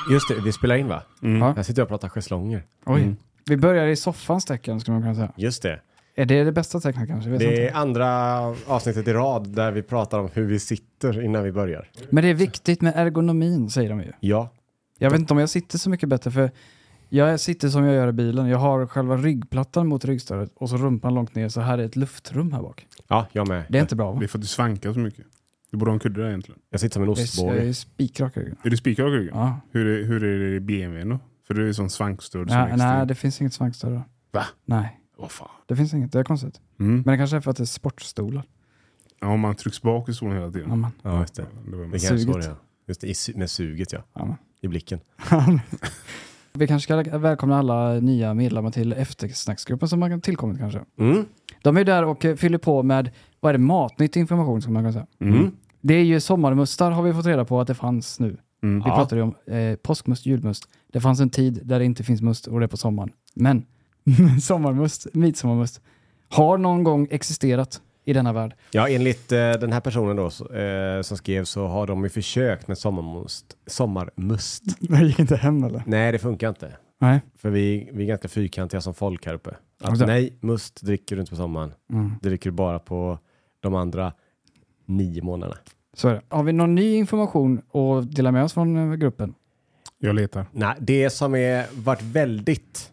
Just det, vi spelar in va? Ja. Här sitter jag och pratar schäslonger. Oj, vi börjar i soffans tecken skulle man kunna säga. Just det. Är det bästa tecknet kanske? Det är andra avsnittet i rad där vi pratar om hur vi sitter innan vi börjar. Men det är viktigt med ergonomin, säger de ju. Ja. Jag vet inte om jag sitter så mycket bättre, för jag sitter som jag gör i bilen. Jag har själva ryggplattan mot ryggstödet och så rumpan långt ner, så här är ett luftrum här bak. Ja, jag med. Det är inte bra, va? Det är för att du svankar så mycket. Du borde ha en kudde där egentligen. Jag sitter som en Jag ostbåge. är spikrak i ryggen. Är du spikrak i ryggen? Ja. Hur är det i BMW då? För det är sån svankstöd. Nej, det finns inget svankstöd då. Va? Nej, Fan. det finns inget. Det är konstigt. Mm. Men det kanske är för att det är sportstolar. Ja, om man trycks bak i stolen hela tiden. Ja, men. Ja, just det. Det var Det kanske så Suget. det är. Just det, med suget ja. Ja, men. I blicken. Vi kanske ska välkomna alla nya medlemmar till eftersnacksgruppen som har tillkommit kanske. Mm. De är där och fyller på med, vad är det, matnytt information som man kan säga. Mm. Det är ju sommarmustar, har vi fått reda på att det fanns nu. Mm. Vi pratade ju om påskmust, julmust. Det fanns en tid där det inte finns must och det är på sommaren. Men sommarmust, midsommarmust har någon gång existerat i denna värld. Ja, enligt den här personen då som skrev så har de ju försökt med sommarmust. Det gick inte hem eller? Nej, det funkar inte. Nej. För vi är ganska fyrkantiga som folk här uppe. Att Alltså. nej, must dricker du inte på sommaren. Mm. Det dricker du bara på de andra 9 månaderna. Så är det. Har vi någon ny information att dela med oss från gruppen? Jag letar. Nej, det som är varit väldigt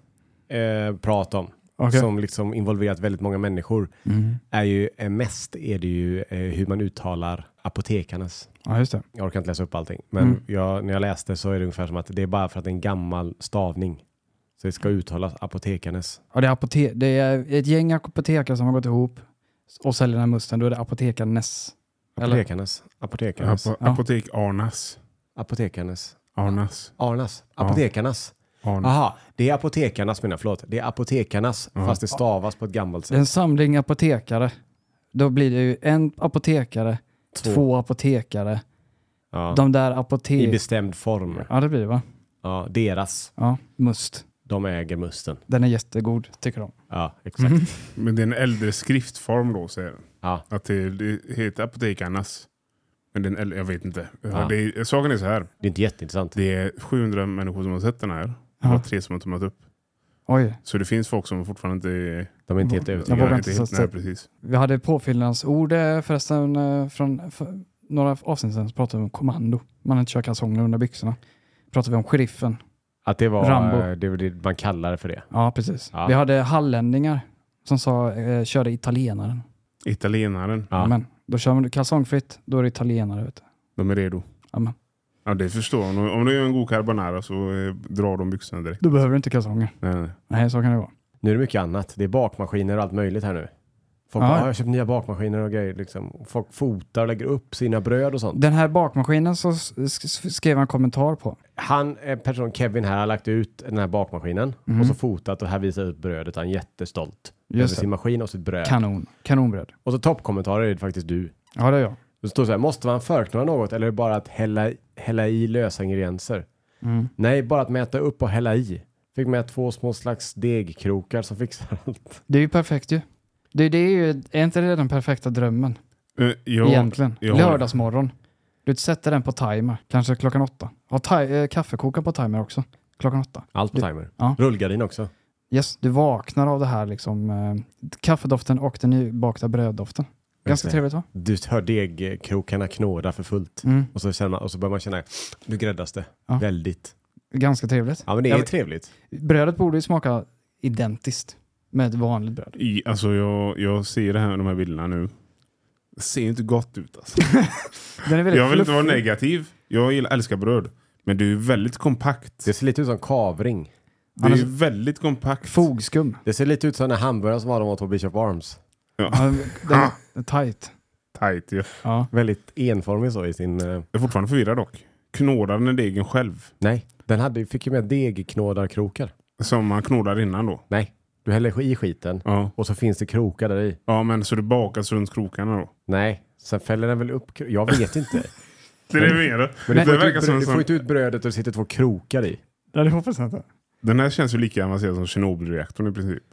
prat om, Okej. som liksom involverat väldigt många människor, är ju mest är det ju hur man uttalar apotekarnas. Ja, just det. Jag orkar inte läsa upp allting. Men när jag läste så är det ungefär som att det är bara för att det är en gammal stavning. Så det ska uttalas apotekarnas. Ja, det är ett gäng apotekare som har gått ihop och säljer den här musten. Då är det apotekarnes. Apotekarnas. Apotekarnas. Apotek Arnas. Apotekarnas. Arnas. Arnas. Ja. Apotekarnas. Arnas. Aha, det är apotekarnas förlåt. Det är apotekarnas fast det stavas på ett gammalt sätt. En samling apotekare. Då blir det ju en apotekare, två apotekare. Ja. De där I bestämd form. Ja, det blir det, va? Ja, deras. Ja, must. De äger musten. Den är jättegod, tycker de. Ja, exakt. Men det är en äldre skriftform då, säger den. Ja. Att det heter apotekarnas. Men den äldre, jag vet inte. Ja. Saken är så här. Det är inte jätteintressant. Det är 700 människor som har sett den här. Det var 3 som har tummat upp. Oj. Så det finns folk som fortfarande inte är... De är inte helt Jag övertygade. vågar inte helt, sätta- nej, precis. Vi hade påfyllnadsord förresten från några avsnitt sedan, så pratade vi om kommando. Man inte kör kalsonger under byxorna. Pratade vi om sheriffen. Att det var Rambo. det var det man kallar för det. Ja, precis. Ja. Vi hade hallänningar som sa körde italienaren. Italienaren. Ja. Men då kör man kalsongfritt, då är det italienare, vet du. De är redo. Amen. Ja, det förstår jag. Om du gör en god carbonara så drar de byxorna direkt. Då behöver du inte kalsonger. Nej. Nej, så kan det vara. Nu är det mycket annat. Det är bakmaskiner och allt möjligt här nu. Folk Ja. bara, jag har köpt nya bakmaskiner och grejer. Liksom. Folk fotar och lägger upp sina bröd och sånt. Den här bakmaskinen så skrev han en kommentar på. Person Kevin här har lagt ut den här bakmaskinen och så fotat och här visar ut brödet. Han är jättestolt över Just det. sin maskin och sitt bröd. Kanonbröd. Och så toppkommentarer är det faktiskt du. Ja, det är jag. Det står så här, måste man förklara något eller är det bara att hälla i lösa ingredienser? Nej, bara att mäta upp och hälla i. Fick med 2 små slags degkrokar som fixar allt. Det är ju perfekt ju. Det är ju, är inte det den perfekta drömmen? Ja, Egentligen. jag har- Lördagsmorgon. Du sätter den på timer. Kanske klockan 8. Ha kaffekokaren på timer också. Klockan 8. Allt på timer. Ja. Rullgardin också. Yes, du vaknar av det här liksom. Kaffedoften och den nybakta bröddoften. Ganska det. trevligt, va? Du hör degkrokarna knåda för fullt. Och så börjar man känna, nu gräddas det. Ja. Väldigt. Ganska trevligt. Ja, men det är trevligt. Brödet borde ju smaka identiskt med ett vanligt bröd. Alltså jag ser det här, de här bilderna nu. Det ser inte gott ut alltså. Den är väldigt Jag vill inte vara fluffig. negativ. Jag älskar bröd. Men det är ju väldigt kompakt. Det ser lite ut som kavring. Det är ju väldigt kompakt. Fogskum. Det ser lite ut som den här hamburgaren som var de åt på Bishop Arms. Ja, den är tight. Tight, ja. Ja. Väldigt enformig så i sin... Jag är fortfarande förvirrad dock. Knådar den degen själv? Nej, den fick ju med degknådarkrokar. Som man knådar innan då? Nej, du häller i skiten Ja. och så finns det krokar där i. Ja, men så det bakas runt krokarna då? Nej, sen fäller den väl upp... Jag vet inte. Det är det mer. Men det du verkar som får inte ut brödet och det sitter 2 krokar i. Ja, det hoppas jag inte. Den här känns ju lika avancerad som Tjernobyl-reaktorn i princip.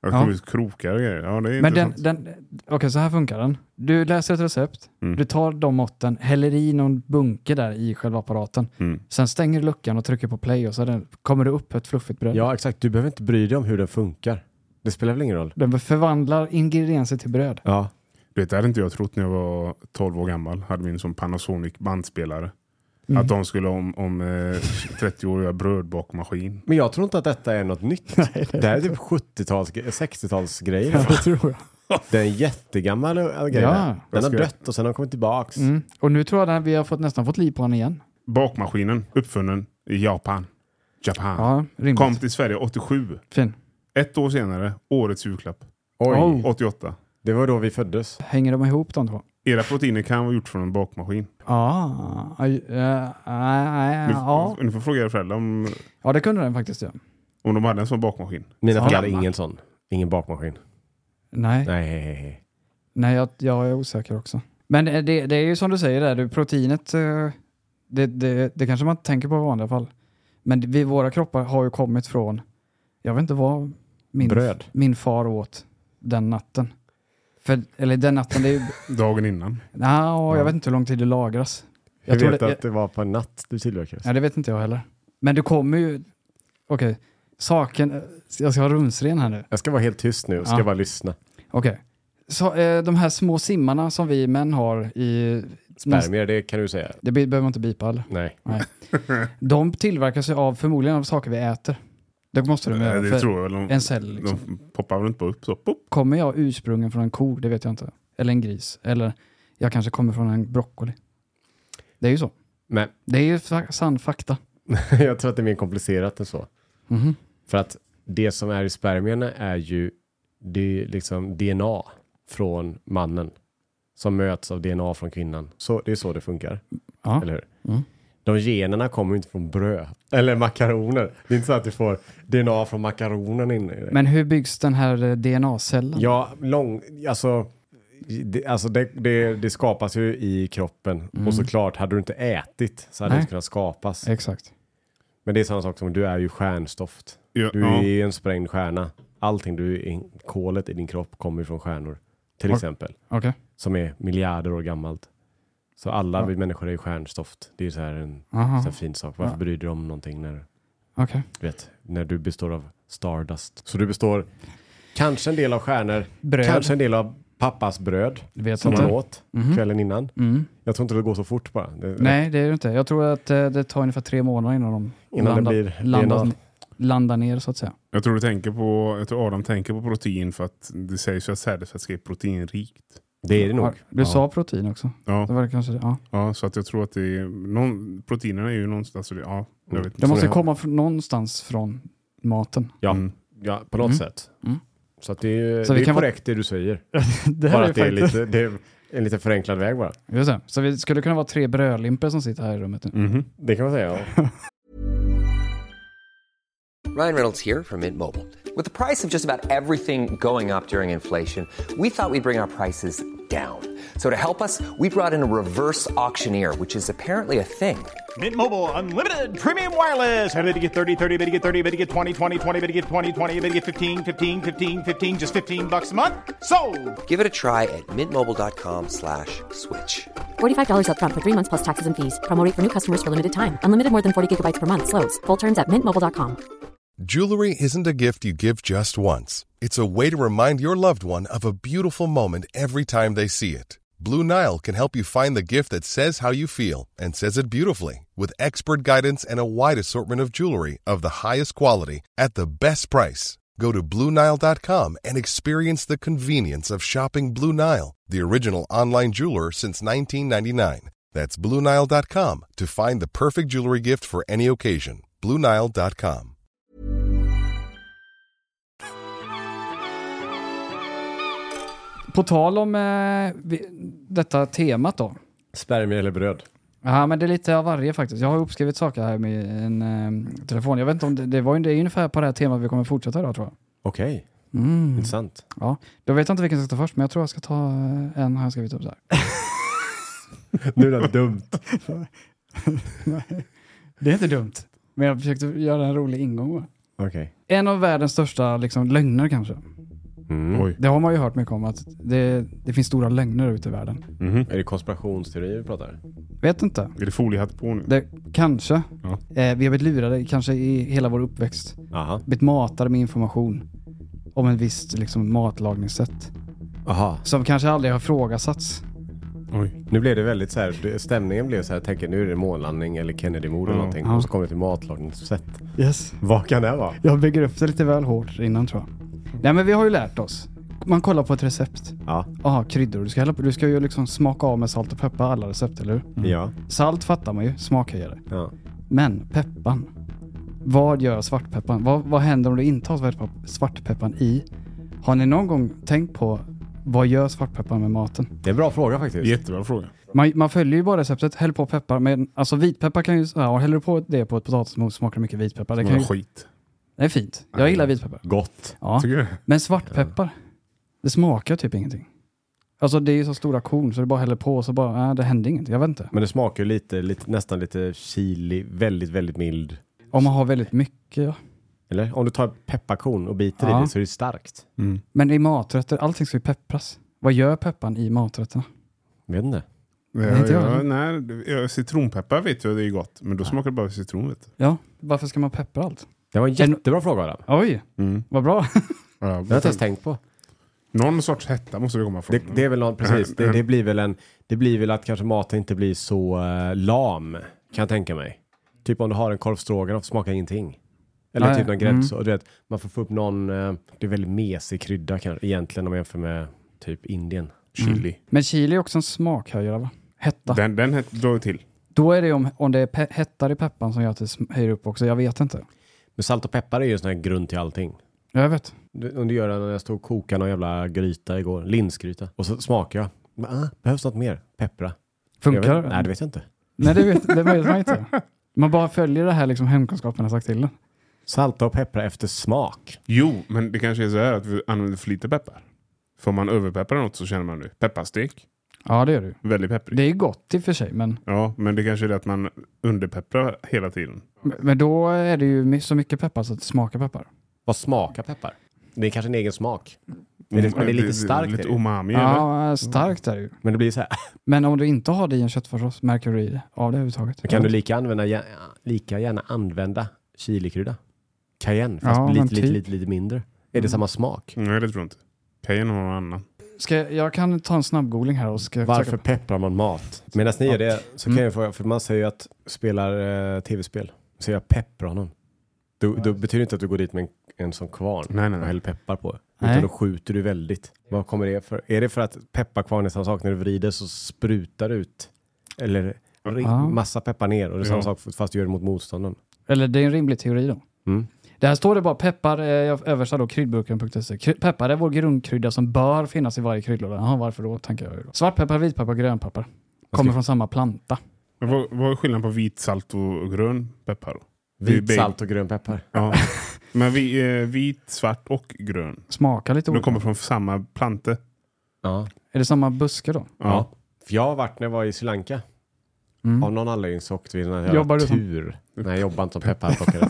Det kommer ut krokar och grejer. Ja, det är Men intressant. Okej, så här funkar den. Du läser ett recept, du tar de måtten, häller i någon bunke där i själva apparaten. Sen stänger du luckan och trycker på play och så kommer det upp ett fluffigt bröd. Ja, exakt. Du behöver inte bry dig om hur den funkar. Det spelar väl ingen roll. Den förvandlar ingredienser till bröd. Ja. Det hade inte jag trott när jag var 12 år gammal. Hade min som Panasonic bandspelare. Att de skulle om 30 år göra brödbakmaskin. Men jag tror inte att detta är något nytt. Det här är typ 60-talsgrejer. Ja, det tror jag. Det är en jättegammal grej. Ja. Den har dött och sen har den kommit tillbaks. Och nu tror jag att vi har nästan fått liv på den igen. Bakmaskinen uppfunnen i Japan. Ja, rimligt. Kom till Sverige 87. Fin. 1 år senare, årets julklapp. Oj, 88. det var då vi föddes. Hänger de ihop de två? Era proteiner kan vara gjort från en bakmaskin. Ni får fråga era föräldrar Ja, det kunde den faktiskt, ja. om de hade en sån bakmaskin. Mina föräldrar hade Gammal. ingen sån. Ingen bakmaskin. Nej, jag är osäker också. Men det är ju som du säger där, proteinet, det kanske man tänker på i vanliga fall. Men våra kroppar har ju kommit från, jag vet inte vad min far åt den natten. Eller den natten, det är ju... Dagen innan. Jag vet inte hur lång tid det lagras. Jag vet att det var på en natt du tillverkades. Ja, det vet inte jag heller. Men det kommer ju... Okej, saken... Jag ska ha rumsren här nu. Jag ska vara helt tyst nu och ska bara lyssna. Okej. Så de här små simmarna som vi män har i... Spermier, det kan du säga. Det behöver man inte bipa, eller? Nej. De tillverkas ju förmodligen av saker vi äter. Det måste de göra. Det tror jag. En cell liksom. De poppar väl inte bara upp så. Pop. Kommer jag ursprungen från en ko? Det vet jag inte. Eller en gris. Eller jag kanske kommer från en broccoli. Det är ju så. Men det är ju sann fakta. Jag tror att det är mer komplicerat än så. Mm-hmm. För att det som är i spermierna är ju det liksom DNA från mannen som möts av DNA från kvinnan. Så det är så det funkar. Ja. Eller hur? De generna kommer ju inte från bröd eller makaroner. Det är inte så att du får DNA från makaronen inne. Men hur byggs den här DNA-cellen? Ja, det skapas ju i kroppen. Och såklart, hade du inte ätit så hade det inte kunnat skapas. Exakt. Men det är samma sak som du är ju stjärnstoft. Ja, Du är ju en sprängd stjärna. Allting kolet i din kropp kommer från stjärnor. Till exempel. Okay. Som är miljarder år gammalt. Så alla vi människor är ju stjärnstoft. Det är så här en så här fin sak. Varför bryr du dig om någonting när du består av stardust? Så du består kanske en del av stjärnor. Kanske en del av pappas bröd som man åt kvällen innan. Jag tror inte det går så fort bara. Nej, det är det inte. Jag tror att det tar ungefär 3 månader innan de landar ner så att säga. Jag tror Adam tänker på protein för att det sägs ju att sädesfett är proteinrikt. Det är det nog. Du sa protein också. Ja. Det var det kanske, Ja, så att jag tror att det är proteinerna är ju någonstans så jag vet inte. Det måste komma någonstans från maten. Ja, på något sätt. Så att det är, så det är korrekt det du säger. Det bara att det är en lite förenklad väg bara. Just det. Så vi skulle kunna vara 3 brödlimper som sitter här i rummet nu. Det kan man säga, ja. Ryan Reynolds here from Mint Mobile. With the price of just about everything going up during inflation, we thought we'd bring our prices down. So to help us, we brought in a reverse auctioneer, which is apparently a thing. Mint Mobile Unlimited Premium Wireless. How to get 30, 30, bit to get 30, bit to get 20, 20, 20, bit to get 20, 20, bit to get 15, 15, 15, 15, just $15 a month? Sold! Give it a try at mintmobile.com/switch. $45 up front for 3 months plus taxes and fees. Promo rate for new customers for limited time. Unlimited more than 40 gigabytes per month. Slows full terms at mintmobile.com. Jewelry isn't a gift you give just once. It's a way to remind your loved one of a beautiful moment every time they see it. Blue Nile can help you find the gift that says how you feel and says it beautifully, with expert guidance and a wide assortment of jewelry of the highest quality at the best price. Go to BlueNile.com and experience the convenience of shopping Blue Nile, the original online jeweler since 1999. That's BlueNile.com to find the perfect jewelry gift for any occasion. BlueNile.com. På tal om detta temat då. Spermier eller bröd? Ja, men det är lite av varje faktiskt. Jag har uppskrivit saker här med en telefon. Jag vet inte om det är ungefär på det här temat vi kommer fortsätta idag, tror jag. Okej. Intressant. Ja, då vet jag inte vilken jag ska ta först, men jag tror jag ska ta en har jag skrivit upp så här. Nu är det dumt. Nej, det är inte dumt. Men jag försökte göra en rolig ingång. Okej. En av världens största lögner kanske. Oj. Det har man ju hört mycket om, att det finns stora lögner ute i världen. Är det konspirationsteorier vi pratar? Vet inte. Är det foliehatt på nu? Kanske. Ja. Vi har blivit lurade kanske i hela vår uppväxt. Aha. Blivit matade med information om en viss liksom, matlagningssätt. Aha. Som kanske aldrig har frågasatts. Oj. Nu blev det väldigt så här, stämningen blev så här, jag tänker nu är det månlandning eller Kennedy-mord eller någonting. Och så kommer det till matlagningssätt. Yes. Vad kan det vara? Jag bygger upp det lite väl hårt innan, tror jag. Nej, men vi har ju lärt oss. Man kollar på ett recept. Ja. Aha, kryddor. Du ska ju liksom smaka av med salt och peppar alla recept, eller hur? Ja. Salt fattar man ju, smakhöjare. Ja. Men peppan. Vad gör svartpeppan? Vad händer om du inte har svartpeppan i? Har ni någon gång tänkt på vad gör svartpeppan med maten? Det är en bra fråga faktiskt. Jättebra fråga. Man följer ju bara receptet, häll på peppar. Men alltså vitpeppar kan ju, och häller du på det på ett potatismos smakar mycket vitpeppar. Det kan ju, skit. det är fint. Jag gillar vitpeppar. Gott. Ja. Tycker du? Men svartpeppar, det smakar typ ingenting. Alltså det är ju så stora korn så det bara häller på och så bara, det händer ingenting. Jag vet inte. Men det smakar lite nästan lite chili, väldigt, väldigt mild. Om man har väldigt mycket, ja. Eller? Om du tar pepparkorn och biter i det så är det starkt. Mm. Men i maträtter, allting ska ju peppras. Vad gör peppan i maträtterna? Vet inte. Nej, citronpeppar vet jag det är gott. Men då smakar det bara citron, vet du. Ja, varför ska man peppra allt? Det var en jättebra fråga, Adam. Oj, vad bra. Det har jag inte ens tänkt på. Någon sorts hetta måste det komma från. Det är väl någon, precis. Det blir väl att kanske maten inte blir så lam, kan jag tänka mig. Typ om du har en korvstroganoff smakar ingenting. Eller typ någon gräddsås. Du vet, man får få upp någon, det är väldigt mesig krydda kanske, egentligen om man jämför med typ Indien. Chili. Men chili är också en smakhöjare, va? Hetta. Den drar till. Då är det om det är hettar i peppan som gör att det höjer upp också. Jag vet inte. Men salt och peppar är ju en sån här grund till allting. Jag vet. Om du gör det när jag stod och kokade någon jävla gryta igår. Linsgryta. Och så smakar jag. Men, behövs något mer? Peppra. Funkar det? Nej, det vet jag inte. Nej, det vet man inte. Man bara följer det här liksom hemkunskapen har sagt till den. Salta och peppra efter smak. Jo, men det kanske är så här att vi använder för lite peppar. Får man överpeppra något så känner man nu. Pepparstek. Ja, det gör du. Väldigt pepprig. Det är gott i och för sig, men... Ja, men det kanske är det att man underpepprar hela tiden. Men då är det ju så mycket peppar så att det smakar peppar. Vad smakar peppar? Det är kanske en egen smak. Men det är lite starkt. Lite umami, ja, eller? starkt är det ju. Men det blir så här. Men om du inte har det i en köttfärssås, märker du i det av det överhuvudtaget? Då kan du lika gärna använda chilikrydda. Cayenne, fast ja, lite mindre. Är det samma smak? Nej, det tror jag inte. Cayenne har någon annan. Jag kan ta en snabb googling här och ska... Varför pepprar man mat? Medan ni gör det så kan jag få, för man säger ju att spelar tv-spel så jag pepprar honom. Då betyder det inte att du går dit med en sån kvarn och häller peppar på. Utan då skjuter du väldigt. Vad kommer det för? Är det för att pepparkvarn är samma sak när du vrider så sprutar ut? Eller massa peppar ner och det är samma sak fast du gör det mot motståndaren? Eller det är en rimlig teori då. Mm. Det här står det bara peppar, jag översätter då kryddburken.se. Peppar är vår grundkrydda som bör finnas i varje kryddlåda. Jaha, varför då, tänker jag. Svartpeppar, vitpeppar, grönpeppar. Kommer från samma planta. Men vad är skillnaden på vit salt och grön peppar då? Vit salt och grön peppar. Ja. Men vit, svart och grön. Smakar lite olika. De kommer från samma plante. Ja. Är det samma buske då? Ja. För jag har varit när jag var i Sri Lanka. Av någon anledning så åkte vi en Jobbar du tur. Nej, jag jobbar inte som pepparplockare.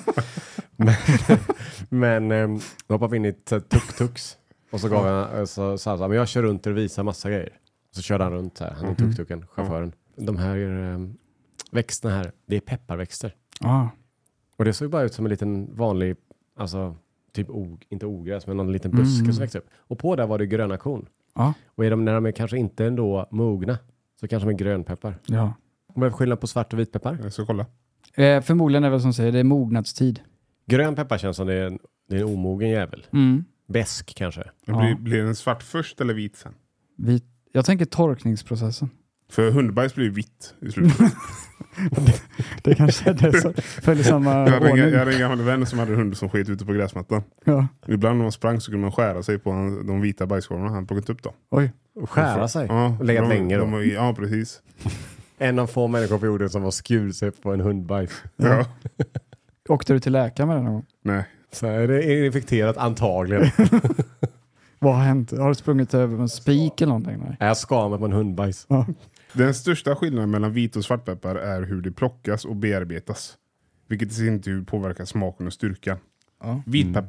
men då hoppade vi in i ett tuk-tuks. Och så gav jag så sa men jag kör runt och visar massa grejer. Och så körde han runt så här. Han är tuk-tuken, chauffören. De här växterna här, det är pepparväxter. Och det såg bara ut som en liten vanlig, alltså typ inte ogräs, men någon liten buske som växte upp. Och på där var det gröna korn. Och när de är kanske inte ändå mogna så kanske de är grönpeppar. Ja. Vad är skillnad på svart och vitpeppar? Jag ska kolla. Förmodligen är det väl som säger, det är mognadstid. Grön peppar känns som det är en omogen jävel. Besk kanske. Blir den svart först eller vit sen? Vit. Jag tänker torkningsprocessen. För hundbajs blir vitt i slutet. Det kanske är det som följer samma ordning. Jag hade en gammal vän som hade hund som sket ute på gräsmattan. Ja. Ibland när man sprang så kunde man skära sig på de vita bajskorvarna. Han plockat upp dem. Oj. Och skära sig? Ja, och legat länge då? Ja, precis. En av få människor på jorden som var skur sig på en hundbajs. Ja. Åkte du till läkaren med den någon gång? Nej. Så är det infekterat antagligen. Vad har hänt? Har du sprungit över en spik eller någonting? Nej. Jag skar mig på en hundbajs. Ja. Den största skillnaden mellan vit och svartpeppar är hur det plockas och bearbetas. Vilket i sin tur påverkar smaken och styrkan. Ja. Vitpeppar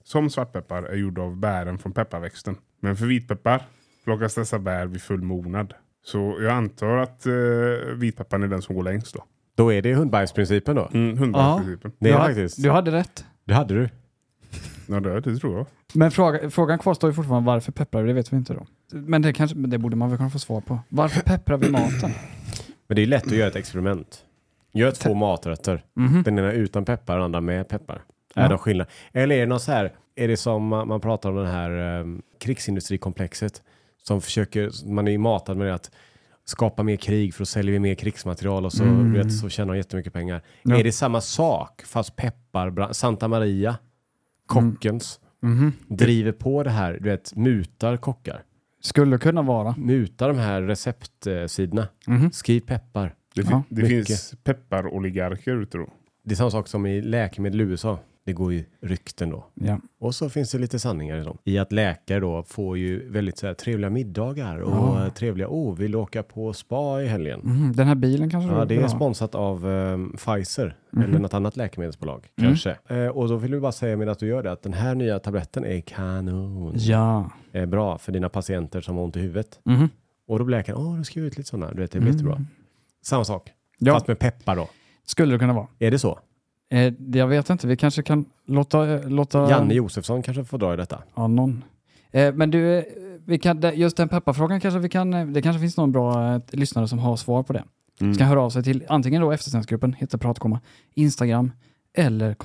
som svartpeppar är gjorda av bären från pepparväxten. Men för vitpeppar plockas dessa bär vid full mognad. Så jag antar att vitpepparn är den som går längst då. Då är det hundbajsprincipen då? Hundbajsprincipen. Det är faktiskt. Du hade rätt. Det hade du. Ja, det tror jag. Men frågan kvarstår ju fortfarande, varför pepprar vi? Det vet vi inte då. Men det borde man väl kunna få svar på. Varför pepprar vi maten? Men det är lätt att göra ett experiment. Gör 2 maträtter. Den ena utan peppar, den andra med peppar. Är de skillnad? Eller är det något så här, är det som man pratar om den här krigsindustrikomplexet som försöker, man är ju matad med det att skapa mer krig för att sälja mer krigsmaterial och så, så tjänar de jättemycket pengar. Ja. Är det samma sak fast peppar, Santa Maria, kockens, driver på det här, du vet, mutar kockar. Skulle kunna vara. Mutar de här receptsidorna. Skriv peppar. Det finns pepparoligarker ute då. Det är samma sak som i läkemedel i USA. Det går ju rykten då. Ja. Och så finns det lite sanningar i dem. I att läkare då får ju väldigt så här trevliga middagar och trevliga, vill du åka på spa i helgen? Den här bilen kanske? Ja, det är sponsrat av Pfizer eller något annat läkemedelsbolag kanske. Och då vill du bara säga med att du gör det att den här nya tabletten är kanon. Ja. Är bra för dina patienter som har ont i huvudet. Och då blir läkaren, du skriver ut lite sådana. Du vet, det blir jättebra. Samma sak. Fast med peppar då. Skulle det kunna vara. Är det så? Jag vet inte, vi kanske kan låta... Janne Josefsson kanske får dra i detta. Ja, någon. Men du, vi kan, just den pepparfrågan kanske vi kan... Det kanske finns någon bra lyssnare som har svar på det. Ska höra av sig till antingen då eftersnacksgruppen, heter Pratkomma, Instagram eller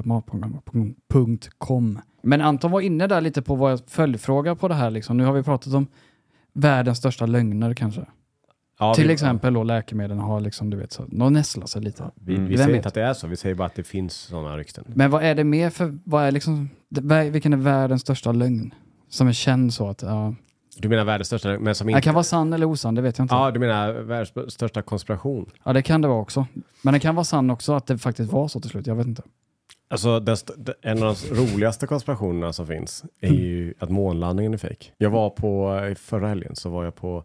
kontaktatmatprogram.com. Men Anton var inne där lite på vår följdfråga på det här. Liksom. Nu har vi pratat om världens största lögner kanske. Ja, till exempel då läkemedlen har liksom, du vet, så de nästlar sig lite. Vi säger inte att det är så, vi säger bara att det finns sådana rykten. Men vad är det mer för, vad är liksom, vilken är världens största lögn? Som är känd så att, Du menar världens största, men som inte... Det kan vara sann eller osann, det vet jag inte. Ja, du menar världens största konspiration. Ja, det kan det vara också. Men det kan vara sann också att det faktiskt var så till slut, jag vet inte. Alltså, en av de roligaste konspirationerna som finns är ju att månlandningen är fake. Jag var på, förra helgen så var jag på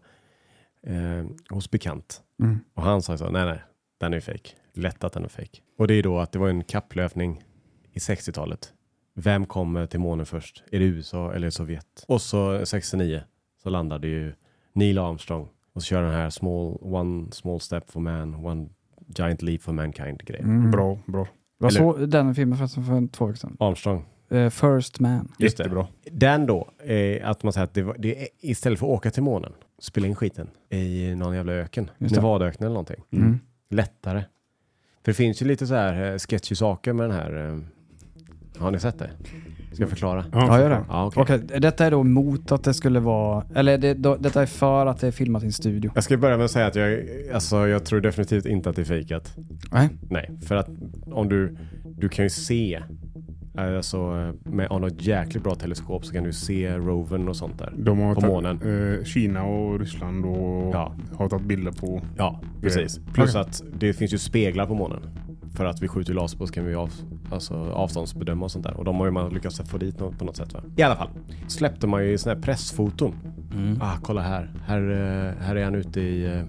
hos bekant. Och han sa så, nej, den är fake. Lätt att den är fake. Och det är då att det var en kapplöpning i 60-talet. Vem kommer till månen först? Är det USA eller Sovjet? Och så 69 så landade ju Neil Armstrong och så kör den här one small step for man, one giant leap for mankind grej. Bra. Jag såg den filmen för 2 veckor sedan. Armstrong. First Man. Just det. Bra. Den då är att man säger att det är, istället för att åka till månen, spela in skiten i någon jävla öken. Nevadaöken eller någonting. Lättare. För det finns ju lite så här sketchy saker med den här. Har ni sett det? Ska jag förklara? Ja, gör det. Ja, okay. Detta är då mot att det skulle vara... Eller detta är för att det är filmat i en studio. Jag ska börja med att säga att jag tror definitivt inte att det är fejkat. Nej, för att om du kan ju se... Alltså med något jäkligt bra teleskop så kan du se rovern och sånt där på månen. Kina och Ryssland och har tagit bilder på. Ja, precis. Plus att det finns ju speglar på månen. För att vi skjuter laser på så kan vi avståndsbedöma och sånt där. Och de har ju man lyckats få dit på något sätt. Va? I alla fall släppte man ju såna här pressfoton. Kolla här. Här är han ute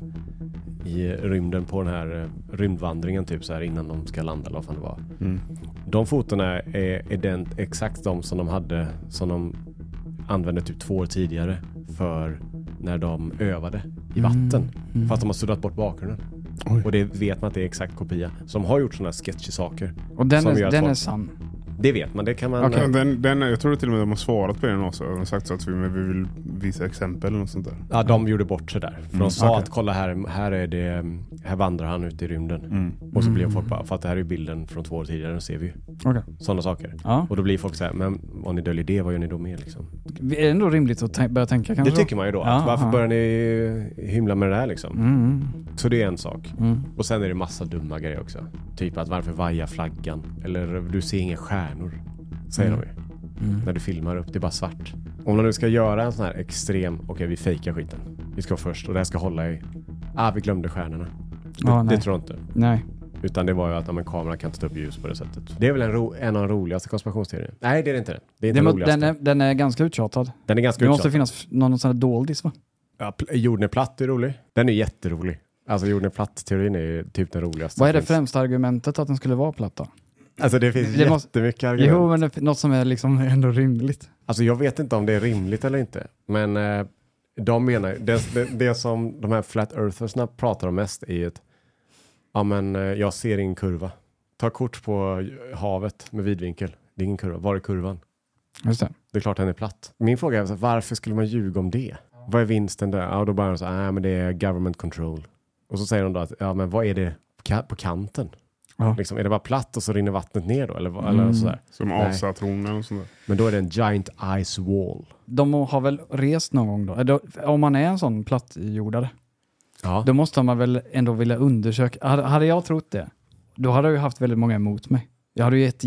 i rymden på den här rymdvandringen typ så här innan de ska landa eller vad fan det var. De fotorna är exakt de som de hade, som de använde typ 2 år tidigare för när de övade i vatten. Fast de har suddat bort bakgrunden. Oj. Och det vet man att det är exakt kopia. Så de har gjort sådana sketchy saker. Och den är sann. Det vet man, det kan man... Okay. Jag tror till och med de har svarat på den också. De har sagt så att vi vill visa exempel eller något sånt där. Ja, de gjorde bort sig där. För de sa att kolla här vandrar han ut i rymden. Och så blir folk bara, för att det här är bilden från 2 år tidigare, den ser vi ju. Sådana saker. Ja. Och då blir folk så här, men om ni döljer det, vad gör ni då med liksom? Är det ändå rimligt att börja tänka kanske? Det tycker man ju då. Varför börjar ni hymla med det här liksom? Så det är en sak. Och sen är det massa dumma grejer också. Typ att varför vajar flaggan? Eller du ser inga stjärnor, säger de ju. När du filmar upp, det är bara svart. Om man nu ska göra en sån här extrem, vi fejkar skiten. Vi ska först, och det här ska hålla i... vi glömde stjärnorna. Det tror jag inte. Nej. Utan det var ju att kameran kan ta upp ljus på det sättet. Det är väl en av de roligaste konspirationsteorierna. Nej, det är det inte. Det är inte den roligaste. Den är ganska uttjatad. Den är ganska uttjatad. Det måste finnas någon sån här doldis, va? Ja, jorden är platt är rolig. Den är jätterolig. Alltså jorden är platt-teorin är typ den roligaste. Vad är det främsta argumentet att den skulle vara platt då? Alltså det finns jättemycket argument. Jo, men det är något som är liksom ändå rimligt. Alltså jag vet inte om det är rimligt eller inte. Men de menar, det som de här flat earthersna pratar om mest är att jag ser ingen kurva. Ta kort på havet med vidvinkel. Det är ingen kurva. Var är kurvan? Just det. Det är klart den är platt. Min fråga är varför skulle man ljuga om det? Vad är vinsten där? Ja, då bara de så men det är government control. Och så säger de då att men vad är det på kanten? Ja. Liksom, är det bara platt och så rinner vattnet ner då? Eller sådär? Som Asatronen och sådär. Men då är det en giant ice wall. De har väl rest någon gång då? Om man är en sån plattjordare, då måste man väl ändå vilja undersöka. Hade jag trott det, då hade jag ju haft väldigt många emot mig. Jag hade ju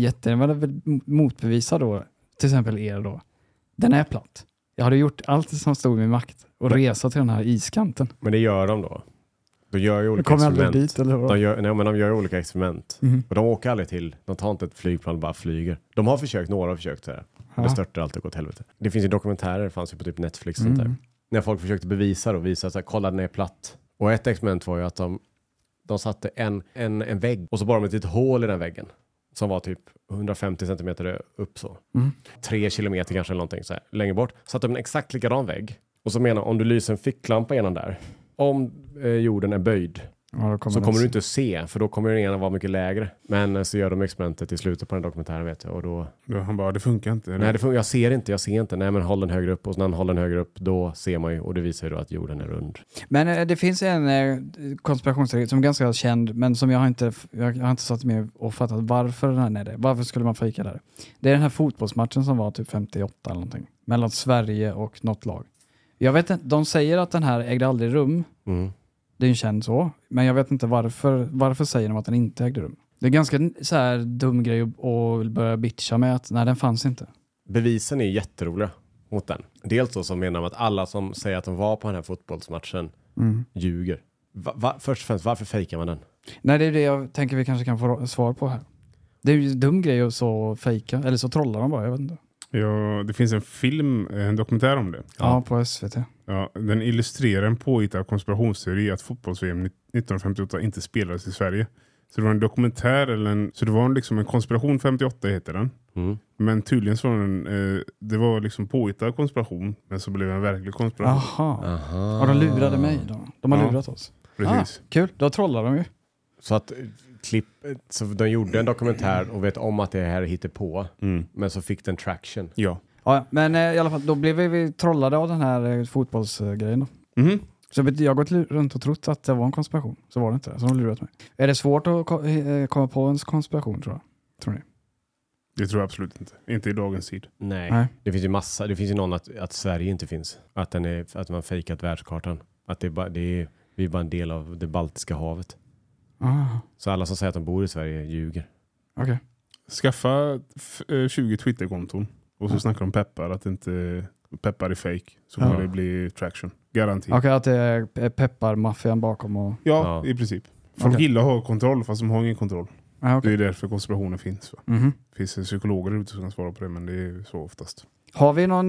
motbevisa då, till exempel er då. Den är platt. Jag hade gjort allt som stod i min makt och resa till den här iskanten. Men det gör de då? De gör ju olika experiment. Dit, eller de gör olika experiment. Och de åker aldrig till. De tar inte ett flygplan och bara flyger. De har försökt, några har försökt så här. Det störtar alltid och gått helvete. Det finns ju dokumentärer, det fanns ju på typ Netflix och sånt där. När folk försökte bevisa så här, kolla den är platt. Och ett experiment var ju att de satte en vägg och så bara med ett litet hål i den väggen. Som var typ 150 centimeter upp så. 3 kilometer kanske eller någonting så här, längre bort. Satte de en exakt likadan vägg. Och så menar om du lyser en ficklampa genom där. Om jorden är böjd så kommer du inte se, för då kommer den ena vara mycket lägre. Men så gör de experimentet i slutet på den dokumentären, vet jag. Och då han bara, det funkar inte. Eller? Nej, jag ser inte. Nej, men håll den högre upp. Och när han håller den högre upp, då ser man ju. Och det visar ju då att jorden är rund. Men det finns en konspirationsteori som är ganska känd, men som jag har inte satt med och fattat varför den är det. Varför skulle man fejka där? Det är den här fotbollsmatchen som var typ 58 eller någonting. Mellan Sverige och något lag. Jag vet inte, de säger att den här ägde aldrig rum. Det är ju känd så. Men jag vet inte varför säger de att den inte ägde rum. Det är ganska så här dum grej att börja bitcha med att nej, den fanns inte. Bevisen är jätteroliga mot den. Dels så som menar de att alla som säger att de var på den här fotbollsmatchen ljuger. Först och främst, varför fejkar man den? Nej, det är det jag tänker vi kanske kan få svar på här. Det är ju en dum grej att så fejka. Eller så trollar de bara, jag vet inte. Ja, det finns en dokumentär om det. Ja, på SVT. Ja, den illustrerar en påhittad konspirationsteori att fotbolls-VM 1958 inte spelades i Sverige. Så det var en dokumentär, så det var liksom en konspiration 58 heter den. Men tydligen så var det var liksom påhittad konspiration, men så blev det en verklig konspiration. Aha. Och de lurade mig då. De har lurat oss. Precis. Kul, då trollar de ju. Så att så de gjorde en dokumentär och vet om att det här hittar på, men så fick den traction. Ja, men i alla fall, då blev vi trollade av den här fotbollsgrejen då. Så jag har gått runt och trott att det var en konspiration. Så var det inte det, så de lurat mig. Är det svårt att komma på en konspiration, tror ni? Det tror jag absolut inte. Inte i dagens tid. Nej. Det finns ju massa. Det finns ju någon att Sverige inte finns. Att man fejkat världskartan. Att vi är bara en del av det Baltiska havet. Så alla som säger att de bor i Sverige ljuger. Okej. Skaffa 20 Twitter-konton och så snackar de peppar, att inte peppar är fake, så kommer det bli traction. Garanti. Okej, att det är pepparmaffian bakom och... Ja, i princip. Folk gillar att ha kontroll, fast de har ingen kontroll. Det är därför konspirationen finns. Det finns psykologer ute som kan svara på det, men det är så oftast. Har vi någon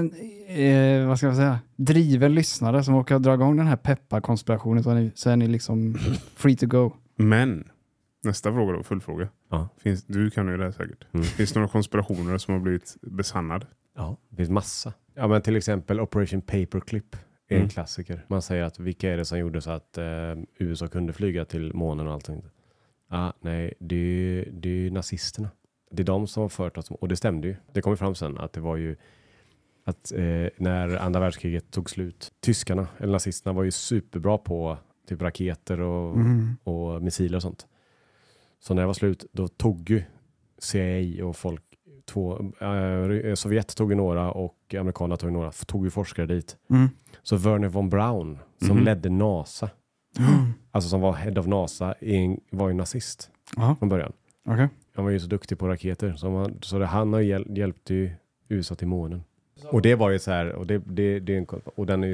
vad ska jag säga, driven lyssnare som åker dra igång den här pepparkonspirationen, så är ni liksom free to go? Men nästa fråga då, fullfråga. Du kan ju det här säkert. Finns det några konspirationer som har blivit besannade? Ja, det finns massa. Ja, men till exempel Operation Paperclip är en klassiker. Man säger att vilka är det som gjorde så att USA kunde flyga till månen och allt sånt. Nej, det är nazisterna. Det är de som har fört oss, och det stämde ju. Det kom ju fram sen att det var ju att när andra världskriget tog slut, tyskarna eller nazisterna var ju superbra på typ raketer och missiler och sånt. Så när det var slut, då tog ju CIA och folk Sovjet tog ju några och amerikanerna tog några, tog ju forskare dit. Så Wernher von Braun som ledde NASA, alltså som var head of NASA, var ju nazist från början. Okay. Han var ju så duktig på raketer så han har hjälpt ju USA till månen. Och det var ju så här, och den är ju sann.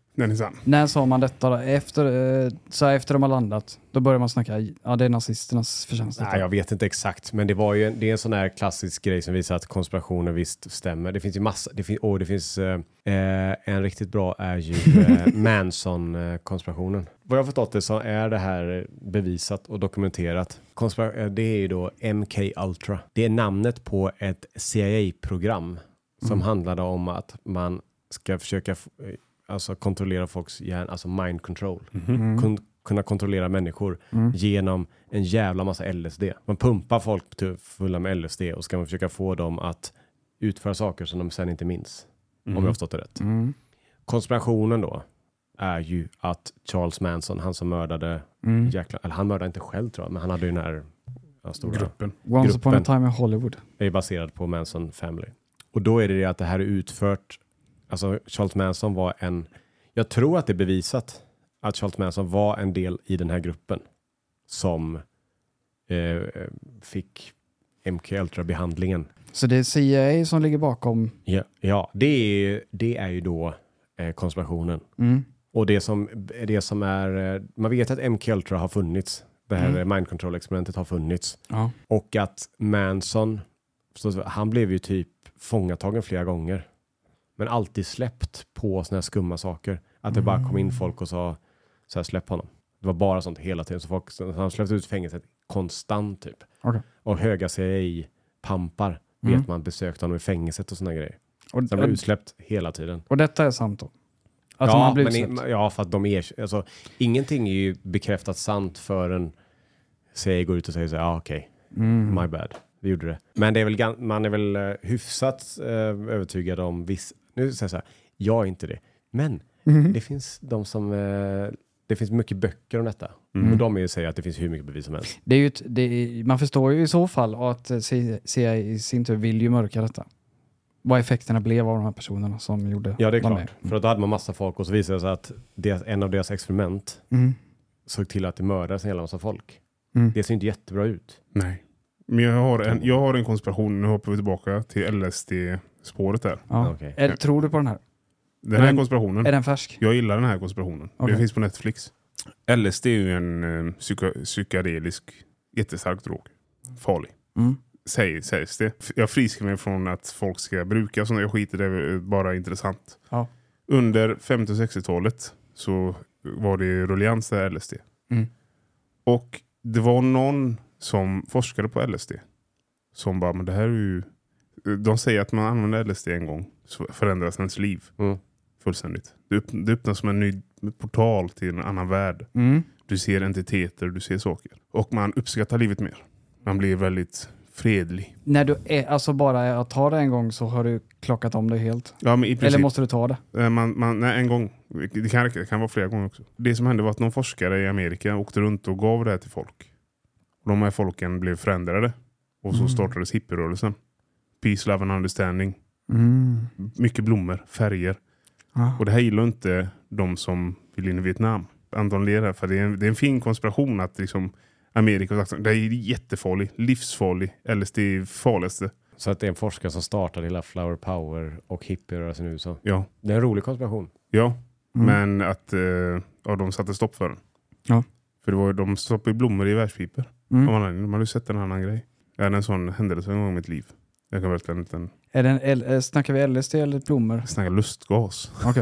Den är sann. När sa man detta då? Efter de har landat, då börjar man snacka, det är nazisternas förtjänst. Nej, jag vet inte exakt, men det är en sån här klassisk grej som visar att konspirationer visst stämmer. Det finns ju massa, det finns en riktigt bra är ju Manson-konspirationen. Vad jag har förstått det så är det här bevisat och dokumenterat. Det är ju då MK Ultra. Det är namnet på ett CIA-program som handlade om att man ska försöka kontrollera folks hjärna, alltså mind control. Kunna kontrollera människor genom en jävla massa LSD. Man pumpar folk fulla med LSD och ska man försöka få dem att utföra saker som de sen inte minns. Om jag har förstått det rätt. Konspirationen då är ju att Charles Manson, han som mördade eller han mördade inte själv tror jag, men han hade ju den här stora gruppen. Once upon a time in Hollywood. Är baserad på Manson Family. Och då är det att det här är utfört, alltså Charles Manson var jag tror att det är bevisat att Charles Manson var en del i den här gruppen som fick MK Ultra-behandlingen. Så det är CIA som ligger bakom? Ja, det är ju då konspirationen. Och det som är, man vet att MK Ultra har funnits. Det här mind control-experimentet har funnits. Ja. Och att Manson, han blev ju typ fångatagen flera gånger. Men alltid släppt på såna här skumma saker. Att det bara kom in folk och sa så här, släpp honom. Det var bara sånt hela tiden. Så han släppte ut fängelset konstant typ. Okay. Och höga CIA-pampar vet man besökte honom i fängelset och såna grejer. Och så han blev utsläppt hela tiden. Och detta är sant då? Att för att de alltså, ingenting är ju bekräftat sant förrän CIA går ut och säger så här, okej, my bad. Vi gjorde det. Men det är väl, man är väl hyfsat övertygad om nu säger jag så här, jag är inte det. Men det finns de som det finns mycket böcker om detta. Och de säger att det finns hur mycket bevis som helst. Man förstår ju i så fall att CIA i sin tur vill ju mörka detta. Vad effekterna blev av de här personerna som gjorde. Ja, det är klart. För att då hade man massa folk och så visade det sig att en av deras experiment såg till att det mördades en hel massa folk. Det ser inte jättebra ut. Nej. Men jag har en konspiration. Nu hoppar vi tillbaka till LSD-spåret där. Ja. Okay. Tror du på den här? Den här konspirationen. Är den färsk? Jag gillar den här konspirationen. Okay. Det finns på Netflix. LSD är ju en psykedelisk jättestark drog. Farlig. Sägs det. Jag friskriver mig från att folk ska bruka sådana jag skiter, det är bara intressant. Ja. Under 50- och 60-talet så var det ruljans där LSD. Och det var någon som forskade på LSD som bara, men det här är ju, de säger att man använder LSD en gång så förändras ens liv fullständigt. Det öppnas som en ny portal till en annan värld. Du ser entiteter, du ser saker. Och man uppskattar livet mer. Man blir väldigt fredlig. När du alltså bara att ta det en gång så har du klockat om det helt. Ja, men i princip, eller måste du ta det? Nej, en gång. Det kan vara flera gånger också. Det som hände var att någon forskare i Amerika åkte runt och gav det här till folk. Och de här folken blev förändrade. Och så startades hippierörelsen. Peace, love and understanding. Mycket blommor, färger. Och det här gillar inte de som vill in i Vietnam. Anton ler här, för det är en fin konspiration att liksom Amerika, det är jättefarlig, livsfarlig, LSD är farligaste. Så att det är en forskare som startade hela Flower Power och hippierörelsen i USA. Ja. Det är en rolig konspiration. Ja, men att de satte stopp för den. Ja. För de stoppade blommor i världspiper. Man har ju sett en annan grej. Jag hade en sån händelse en gång i mitt liv. Jag kan berätta en liten... Snackar vi LSD eller blommor? Jag snackar lustgas. Okay.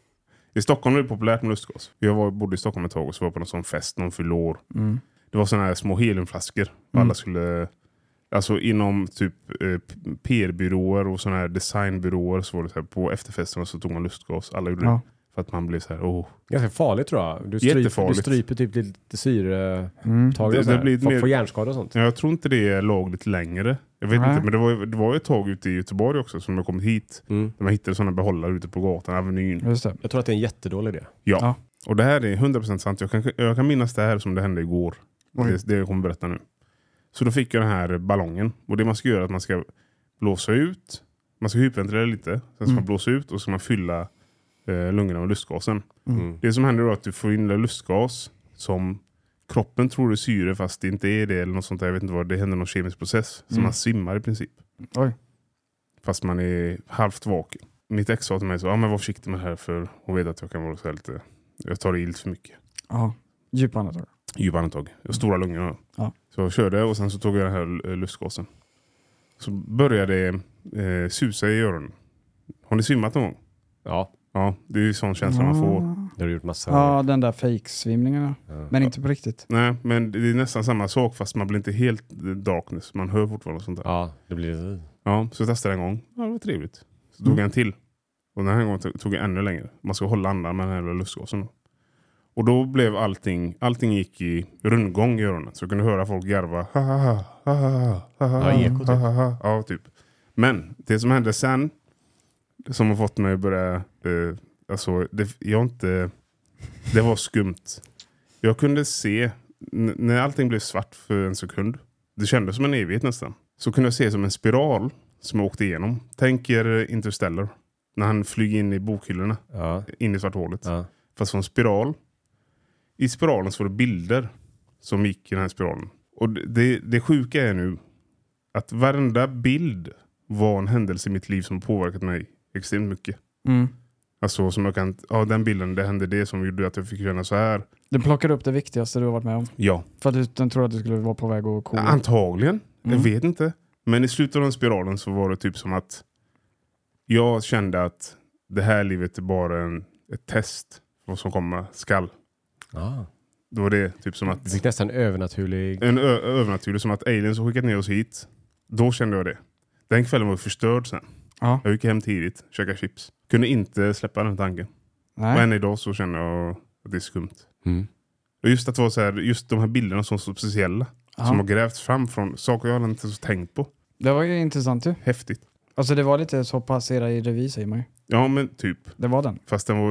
I Stockholm är det populärt med lustgas. Jag bodde i Stockholm ett tag och så var på någon sån fest, någon fyllde år. Det var såna här små heliumflaskor. Alla skulle... Alltså inom typ PR-byråer och såna här designbyråer så var det så här, på efterfesten så tog man lustgas. Alla gjorde det. För att man blir så här, Ganska farligt tror jag. Du stryper typ lite syretag och får hjärnskada och sånt. Jag tror inte det är lagligt längre. Jag vet inte, men det var ett tag ute i Göteborg också som har kommit hit. Där man hittade sådana behållare ute på gatan, Avenyn. Just det. Jag tror att det är en jättedålig idé. Ja. Och det här är 100% sant. Jag kan minnas det här som det hände igår. Det jag kommer berätta nu. Så då fick jag den här ballongen. Och det man ska göra är att man ska blåsa ut. Man ska hyperventilera lite. Sen ska man blåsa ut och så ska man fylla lungorna med lustgasen. Det som händer då är att du får in lustgas som kroppen tror är syre fast det inte är det eller något sånt där. Jag vet inte vad. Det händer någon kemisk process. Så man svimmar i princip. Oj. Fast man är halvt vaken. mitt ex sa till mig så, men var försiktig med det här för hon vet att jag kan vara så här lite, jag tar i lite för mycket. Ja, djupa andetag. Jag stora lungor. Ja. Så jag körde och sen så tog jag den här lustgasen. Så började det susa i öronen. Har ni svimmat någon gång? Ja. Ja, det är ju sån känsla man får. Det har du gjort massa. Ja, den där fake-svimningen. Ja. Men inte på riktigt. Nej, men det är nästan samma sak fast man blir inte helt darkness. Man hör fortfarande och sånt där. Ja, det blir det. Ja, så jag testade en gång. Ja, det var trevligt. Så tog jag en till. Och den här gången tog jag ännu längre. Man ska hålla andan med den här lustgasen. Och då blev allting gick i rundgång i öronen. Så jag kunde höra folk garva. Eko typ. Ja, typ. Men det som hände sen, som har fått mig att börja... alltså, det var skumt. Jag kunde se, när allting blev svart för en sekund, det kändes som en evighet nästan. Så kunde jag se som en spiral som jag åkte igenom. Tänk er Interstellar. När han flyger in i bokhyllorna. Ja. In i svarthålet. Ja. Fast som en spiral. I spiralen så var det bilder som gick i den här spiralen. Och det sjuka är nu att varenda bild var en händelse i mitt liv som påverkat mig extremt mycket. Mm. Alltså som jag kan, den bilden, det hände det som gjorde att jag fick känna så här. Du plockade upp det viktigaste du har varit med om? Ja. För att du trodde att du skulle vara på väg att kolla? Antagligen, jag vet inte. Men i slutet av den spiralen så var det typ som att jag kände att det här livet är bara ett test för vad som komma skall. Då var det typ som att... Du fick nästan övernaturlig... Övernaturlig, som att aliens har skickat ner oss hit. Då kände jag det. Den kvällen var förstörd sen. Ja. Jag gick hem tidigt, käkade chips. Kunde inte släppa den tanken. Nej. Och än idag så känner jag att det är skumt. Mm. Och just att vara så här, just de här bilderna som är så speciella. Ja. Som har grävts fram från saker jag inte så tänkt på. Det var ju intressant ju. Häftigt. Alltså det var lite så passera i revy, säger man ju. Ja, men typ. Det var den. Fast det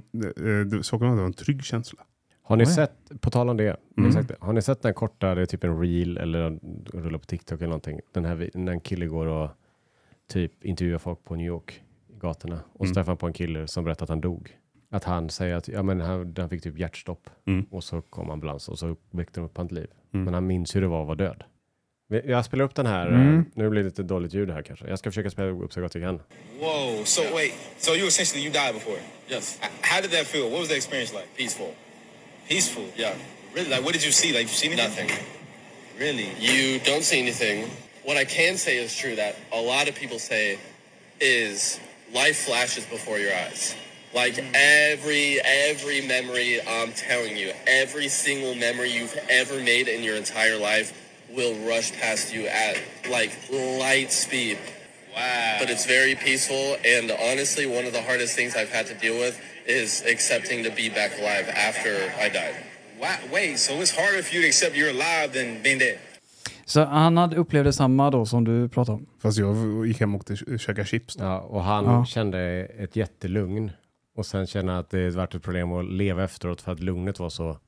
var en trygg känsla. Har ni sett, på tal om det, har ni sett den korta, det är typ en reel eller rulla på TikTok eller någonting. När en kille går och typ intervjuar folk på New York i gatorna och så träffar han på en kille som berättar att han dog. Att han säger att han fick typ hjärtstopp och så kom ambulans och så väckte de upp hans liv. Men han minns hur det var att vara död. Jag spelar upp den här, nu blir det lite dåligt ljud här kanske. Jag ska försöka spela upp så gott jag kan. Whoa, so wait, so you died before? Yes. How did that feel? What was the experience like? Peaceful? Yeah. Really? Like, what did you see? Like, you see anything? Nothing. Really? You don't see anything. What I can say is true that a lot of people say is life flashes before your eyes. Like every memory, I'm telling you, every single memory you've ever made in your entire life will rush past you at like light speed. Wow. But it's very peaceful, and honestly, one of the hardest things I've had to deal with is accepting to be back alive after I died. Wow. Wait, so it's harder for you to accept you're alive than being dead? Så han hade upplevt samma då som du pratade om? Fast jag gick hem och käkade chips. Ja, och han kände ett jättelugn. Och sen kände att det var ett problem att leva efteråt för att lugnet var så...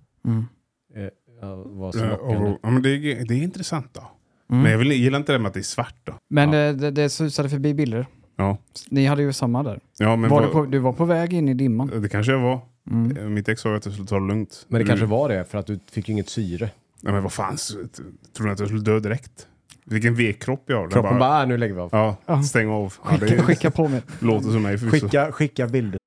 var så ja, men det är intressant då. Men jag gillar inte det med att det är svart då. Men det susade förbi bilder. Ja. Ni hade ju samma där. Ja, men du var på väg in i dimman. Det kanske jag var. Mitt ex sa att jag skulle ta det lugnt. Men det kanske var det, för att du fick ju inget syre. Nej, men vad fan, tror du att jag skulle dö direkt? Vilken V-kropp jag har. Kroppen bara, nu lägger vi av. Ja, stäng av. Skicka på mig. Låter som mig. Skicka bilder.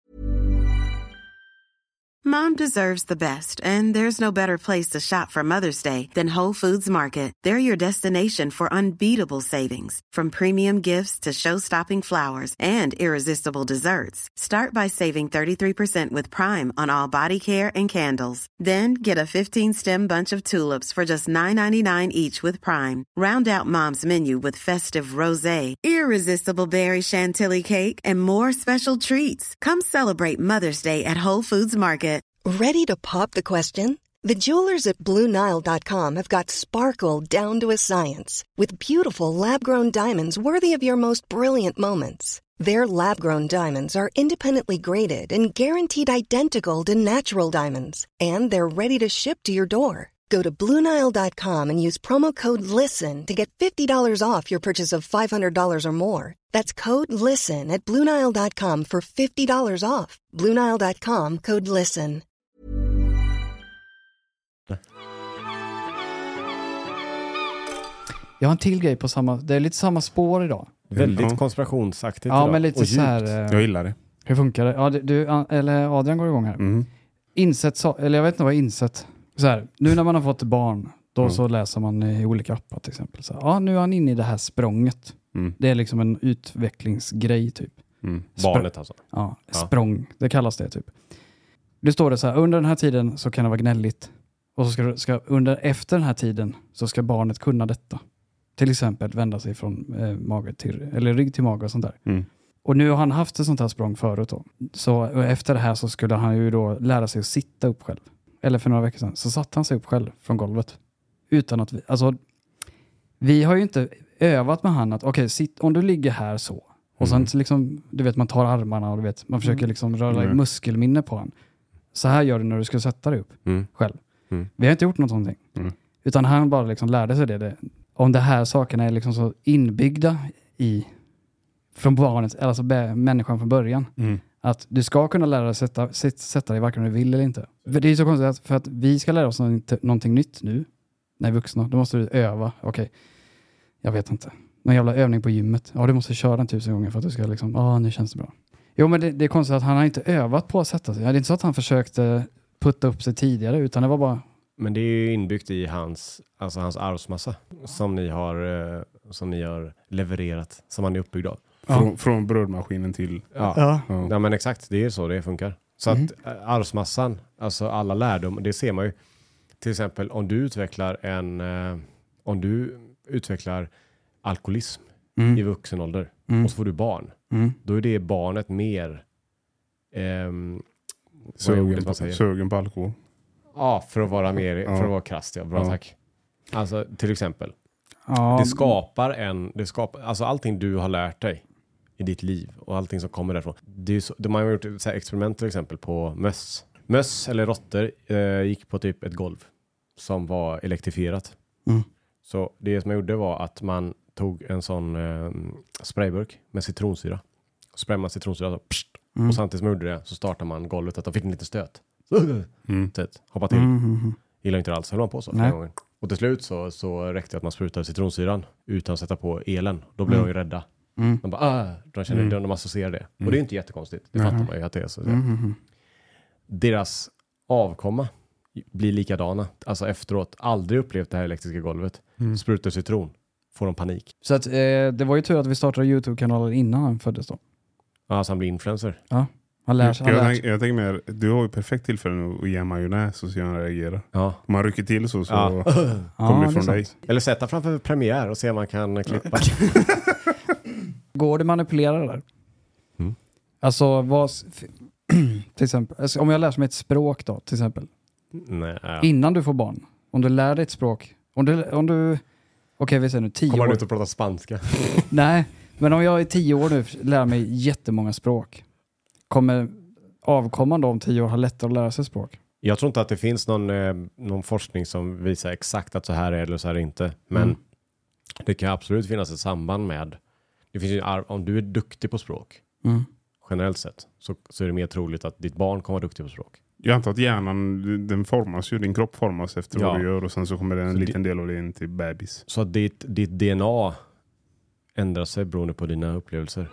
Mom deserves the best, and there's no better place to shop for Mother's Day than Whole Foods Market. They're your destination for unbeatable savings, from premium gifts to show-stopping flowers and irresistible desserts. Start by saving 33% with Prime on all body care and candles. Then get a 15-stem bunch of tulips for just $9.99 each with Prime. Round out Mom's menu with festive rosé, irresistible berry chantilly cake, and more special treats. Come celebrate Mother's Day at Whole Foods Market. Ready to pop the question? The jewelers at BlueNile.com have got sparkle down to a science with beautiful lab-grown diamonds worthy of your most brilliant moments. Their lab-grown diamonds are independently graded and guaranteed identical to natural diamonds, and they're ready to ship to your door. Go to BlueNile.com and use promo code LISTEN to get $50 off your purchase of $500 or more. That's code LISTEN at BlueNile.com for $50 off. BlueNile.com, code LISTEN. Jag har en till grej på samma... Det är lite samma spår idag. Väldigt konspirationsaktigt. Ja, men lite så här. Jag gillar det. Hur funkar det? Ja, du, eller Adrian går igång här. Insett, eller jag vet inte vad insett. Så här, nu när man har fått barn, då så läser man i olika appar till exempel. Så här, nu är han inne i det här språnget. Det är liksom en utvecklingsgrej typ. Barnet alltså. Ja, språng. Det kallas det typ. Det står det så här, under den här tiden så kan det vara gnälligt. Och så ska efter den här tiden så ska barnet kunna detta. Till exempel vända sig från mage till, eller rygg till mage och sånt där. Och nu har han haft ett sånt här språng förut då. Så efter det här så skulle han ju då lära sig att sitta upp själv. Eller för några veckor sedan så satt han sig upp själv från golvet. Utan att vi har ju inte övat med han att om du ligger här så. Och sen liksom, du vet, man tar armarna och du vet, man försöker liksom röra i muskelminne på han. Så här gör du när du ska sätta dig upp själv. Vi har inte gjort något sånt. Utan han bara liksom lärde sig det. Om de här sakerna är liksom så inbyggda från barnet, alltså människan från början. Att du ska kunna lära dig sätta dig varken du vill eller inte. För det är så konstigt att för att vi ska lära oss någonting nytt nu, när vi är vuxna, då måste du öva. Jag vet inte. Någon jävla övning på gymmet. Ja, du måste köra den 1000 gånger för att du ska liksom, nu känns det bra. Jo, men det är konstigt att han har inte övat på att sätta sig. Det är inte så att han försökte putta upp sig tidigare, utan det var bara... Men det är ju inbyggt i hans arvsmassa som ni har levererat, som han är uppbyggd av. Från brödmaskinen till... Ja, men exakt. Det är så det funkar. Så att arvsmassan, alltså alla lärdom, det ser man ju. Till exempel om du utvecklar alkoholism i vuxen ålder och så får du barn. Då är det barnet mer sögen på alkohol. Ja, för att vara mer för att vara krasst. Ja, bra tack. Alltså till exempel. Det skapar alltså allting du har lärt dig i ditt liv och allting som kommer därifrån. Det är så, de har gjort så här experiment till exempel på möss eller råttor gick på typ ett golv som var elektrifierat. Så det som man gjorde var att man tog en sån sprayburk med citronsyra. Sprayade man citronsyra så, och samtidigt som man gjorde det så startade man golvet att de fick en liten stöt. Hoppa till. Gillar inte alls. Höll man på så flera gånger. Och till slut så räckte det att man sprutade citronsyran utan att sätta på elen. Då blev de ju rädda. De bara, de associerar det. Och det är inte jättekonstigt. Det fattar man ju att det är så. Deras avkomma blir likadana. Alltså efteråt, aldrig upplevt det här elektriska golvet. Sprutar citron. Får de panik. Så att, det var ju tur att vi startade YouTube-kanaler innan han föddes då. Ja, så han blir influencer. Ja. Jag tänker mer, du har ju perfekt tillfälle att ge majonnäs och så han reagerar. Ja. Om man rycker till så kommer det från dig. Eller sätta framför premiär och se om man kan klippa. Går det manipulera det där? Alltså, till exempel, alltså, om jag lär mig ett språk då, till exempel. Nej, innan du får barn. Om du lär dig ett språk. Om du okej, vi säger nu 10 år. Kommer du inte att prata spanska? Nej, men om jag i 10 år nu lär mig jättemånga språk. Kommer avkomman då om 10 år ha lättare att lära sig språk? Jag tror inte att det finns någon forskning som visar exakt att så här är det eller så här är det inte. Men det kan absolut finnas ett samband med... Det finns ju, om du är duktig på språk, generellt sett, så är det mer troligt att ditt barn kommer vara duktig på språk. Jag antar att hjärnan, den formas ju, din kropp formas efter vad du gör och sen så kommer det en liten del av det in till bebis. Så att ditt DNA ändrar sig beroende på dina upplevelser.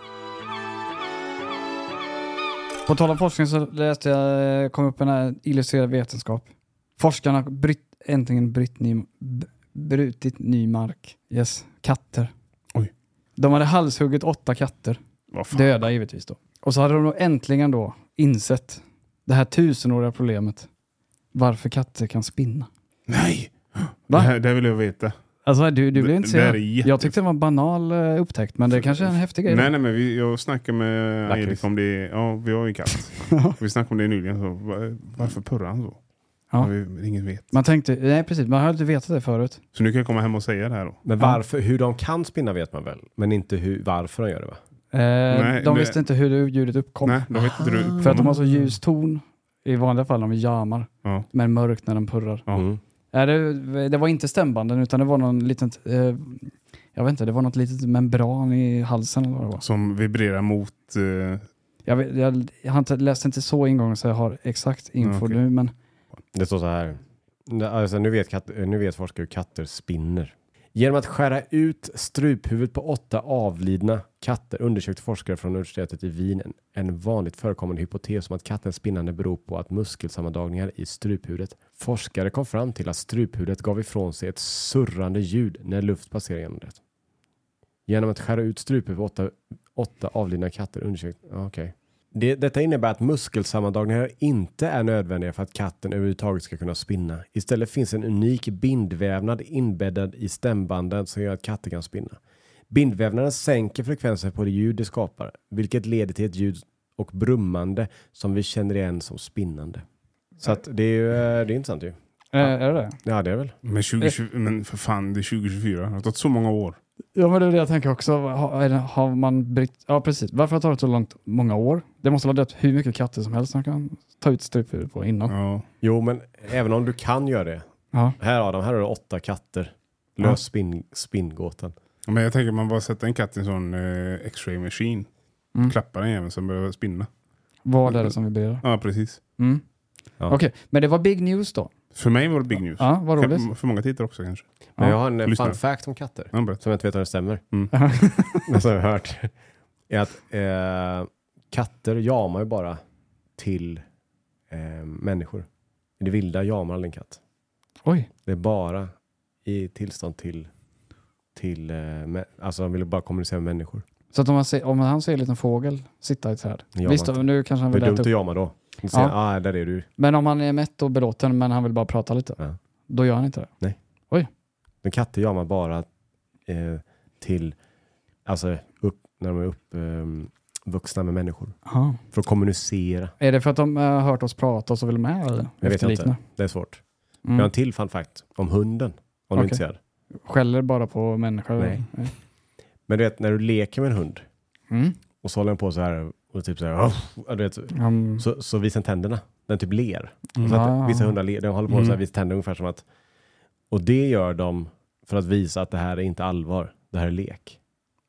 På tal om forskning så läste jag, kom upp en här illustrerad vetenskap. Forskarna äntligen brutit ny mark. Yes, katter. Oj. De hade halshugget 8 katter. Döda givetvis då. Och så hade de äntligen då insett det här 1000-åriga problemet. Varför katter kan spinna. Nej! Det vill jag veta. Alltså du blev inte så. Jag tyckte det var en banal upptäckt, men det kanske är en häftig grej. Nej, men jag snackade med Erik om det. Ja, vi har ju en katt. Vi snackade om det nyligen. Så, varför purrar han så? Ja. Ingen vet. Man tänkte, nej precis, man har inte vetat det förut. Så nu kan jag komma hem och säga det här då. Men hur de kan spinna vet man väl, men inte varför de gör det, va? De visste inte hur ljudet uppkom. Nej, de vet inte hur det uppkom. För att de har så ljus ton. I vanliga fall de jamar. Ja. Men mörkt när de purrar. Det var inte stämbanden, utan det var någon liten jag vet inte, det var något litet membran i halsen eller vad det var. Som vibrerar mot jag har läst inte så ingång så jag har exakt info nu, men det står så här. Alltså, nu vet forskare hur katter spinner. Genom att skära ut struphuvudet på 8 avlidna katter undersökte forskare från universitetet i Wien en vanligt förekommande hypotes om att kattens spinnande beror på att muskelsammandragningar i struphuvudet. Forskare kom fram till att struphuvudet gav ifrån sig ett surrande ljud när luft passerade genom det. Genom att skära ut struphuvudet på 8 avlidna katter undersökte... Okej. Detta innebär att muskelsammandragningar inte är nödvändiga för att katten överhuvudtaget ska kunna spinna. Istället finns en unik bindvävnad inbäddad i stämbanden som gör att katter kan spinna. Bindvävnaden sänker frekvensen på det ljud det skapar, vilket leder till ett ljud och brummande som vi känner igen som spinnande. Så att det är intressant ju. Är det? Ja, det är väl. Men för fan, det är 2024. Det har tagit så många år. Ja, men det är det jag tänker också. Har man ja, precis. Varför har det tagit så många år? Det måste ha dött hur mycket katter som helst man kan ta ut struphuvudet på innan. Ja. Jo, men även om du kan göra det. Ja. Här har du 8 katter. Lös spinngåtan. Men jag tänker man bara sätta en katt i en sån X-ray machine. Klappar den även som behöver spinna. Vad är det som vi ber? Ja, precis. Ja. Okej, men det var big news då? För mig var det big news. Ja, vad roligt. För många tittare också kanske. Men jag har en fun fact om katter. Som jag inte vet om det stämmer. Men som jag har hört. Är att katter jamar ju bara till människor. I det vilda jamar aldrig en katt. Oj. Det är bara i tillstånd till alltså de vill bara kommunicera med människor. Så att om han ser en liten fågel sitta i ett träd. Visst, nu kanske han vill äta upp. Det är dumt att jama då. Säger, där är du. Men om han är mätt och belåten men han vill bara prata lite. Då gör han inte det. Nej. Oj. Men katter jamar bara till alltså när de är uppvuxna med människor. Aha. För att kommunicera. Är det för att de har hört oss prata och så vill med? Eller? Jag vet inte. Det är svårt. Jag har en till fun fact om hunden. Om du inte ser. Skäller bara på människor? Nej. Men du vet, när du leker med en hund och så håller den på så här och typ så här, du vet, så visar tänderna. Den typ ler. Så att vissa hundar de håller på så här, visar tänderna ungefär som att, och det gör de för att visa att det här är inte allvar. Det här är lek.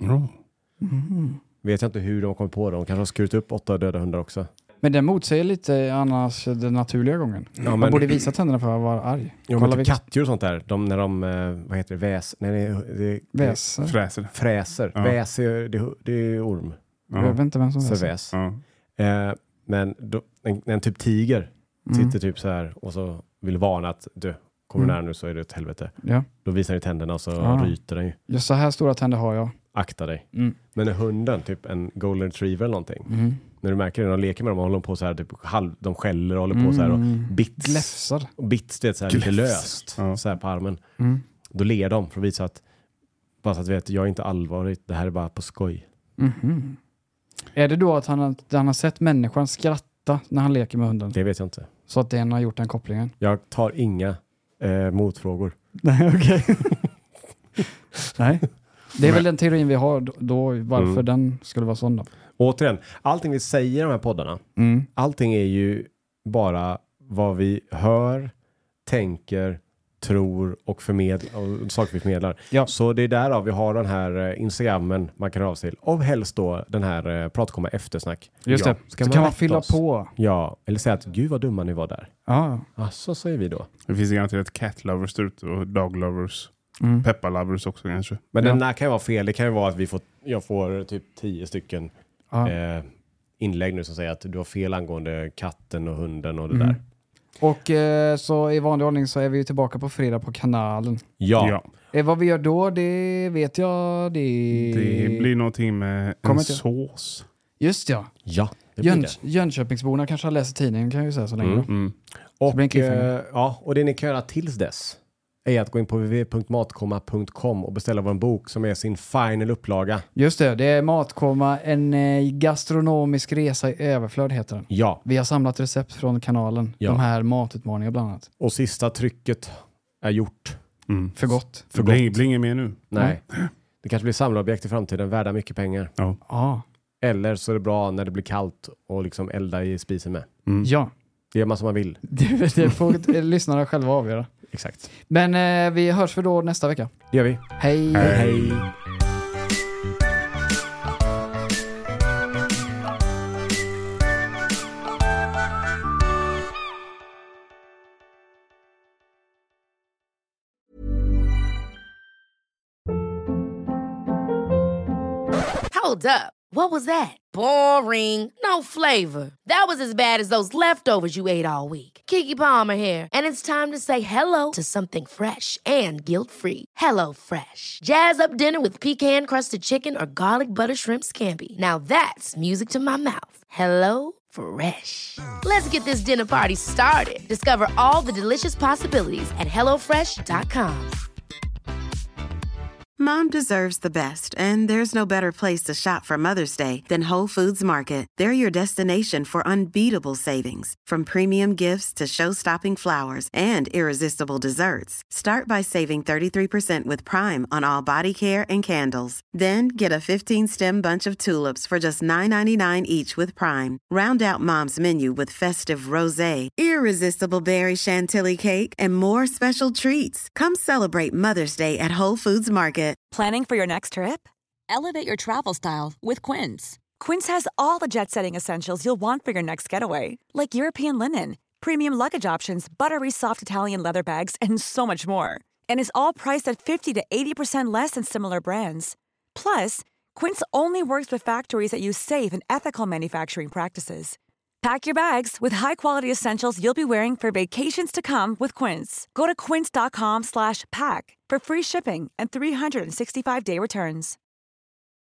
Vet jag inte hur de kommer på det. De kanske har skurit upp 8 döda hundar också. Men det motsäger lite annars den naturliga gången. Ja, man borde visa tänderna för att vara arg. Ja, men typ kattdjur och sånt där. När de, vad heter det? Fräser. Ja. Väs det är orm. Ja. Jag vet inte vem som väs. Ja. Men en typ tiger sitter typ så här och så vill varna att du kommer nära nu så är det ett helvete. Ja. Då visar den tänderna och så ryter den ju. Just så här stora tänder har jag. Akta dig. Men en hunden, typ en golden retriever eller någonting. När du märker det, när de leker med dem och håller på så här, typ de skäller och håller på så här och bits. Gläfsar. Och bits, det är så här lite löst så här på armen. Då ler de för att visa att bara så att vet, jag är inte allvarligt, det här är bara på skoj. Är det då att han har sett människan skratta när han leker med hunden? Det vet jag inte. Så att den har gjort den kopplingen? Jag tar inga motfrågor. Nej, okej. Nej. Det är väl den teorin vi har då, varför den skulle vara sån då. Återigen, allting vi säger i de här poddarna, allting är ju bara vad vi hör, tänker, tror och och saker vi förmedlar. Ja. Så det är därav vi har den här Instagrammen man kan ha till. Och helst då den här pratkomma eftersnack. Just det, så kan man fylla på. Ja, eller säga att gud vad dumma ni var där. Ja. Så säger vi då. Det finns garanterat cat lovers där ute och dog lovers. Peppa lovers också kanske. Men den här kan ju vara fel. Det kan ju vara att jag får typ 10 stycken inlägg nu som säger att du har fel angående katten och hunden och det där. Och så i vanlig ordning så är vi tillbaka på fredag på kanalen. Ja. Vad vi gör då, det vet jag. Det blir någonting med en sås. Just ja. Ja. Jönköpingsborna kanske har läst tidningen, kan jag ju säga så länge. Och det ni kan göra tills dess är att gå in på www.matkomma.com och beställa vår bok som är sin final upplaga. Just det är Matkomma, en gastronomisk resa i överflöd heter den. Ja. Vi har samlat recept från kanalen, de här matutmaningar bland annat. Och sista trycket är gjort. För gott. Det blir inget mer nu. Nej. Det kanske blir samlarobjekt i framtiden, värda mycket pengar. Ja. Eller så är det bra när det blir kallt och liksom elda i spisen med. Ja. Det gör man som man vill. Det får lyssnarna själva avgöra. Exakt. Men vi hörs för då nästa vecka. Det gör vi. Hej. Hej. Hold up. What was that? Boring. No flavor. That was as bad as those leftovers you ate all week. Keke Palmer here, and it's time to say hello to something fresh and guilt-free. Hello Fresh. Jazz up dinner with pecan-crusted chicken or garlic butter shrimp scampi. Now that's music to my mouth. Hello Fresh. Let's get this dinner party started. Discover all the delicious possibilities at hellofresh.com. Mom deserves the best, and there's no better place to shop for Mother's Day than Whole Foods Market. They're your destination for unbeatable savings, from premium gifts to show-stopping flowers and irresistible desserts. Start by saving 33% with Prime on all body care and candles. Then get a 15-stem bunch of tulips for just $9.99 each with Prime. Round out Mom's menu with festive rosé, irresistible berry chantilly cake, and more special treats. Come celebrate Mother's Day at Whole Foods Market. Planning for your next trip? Elevate your travel style with Quince. Quince has all the jet-setting essentials you'll want for your next getaway, like European linen, premium luggage options, buttery soft Italian leather bags, and so much more. And is all priced at 50 to 80% less than similar brands. Plus, Quince only works with factories that use safe and ethical manufacturing practices. Pack your bags with high-quality essentials you'll be wearing for vacations to come with Quince. Go to quince.com/pack for free shipping and 365-day returns.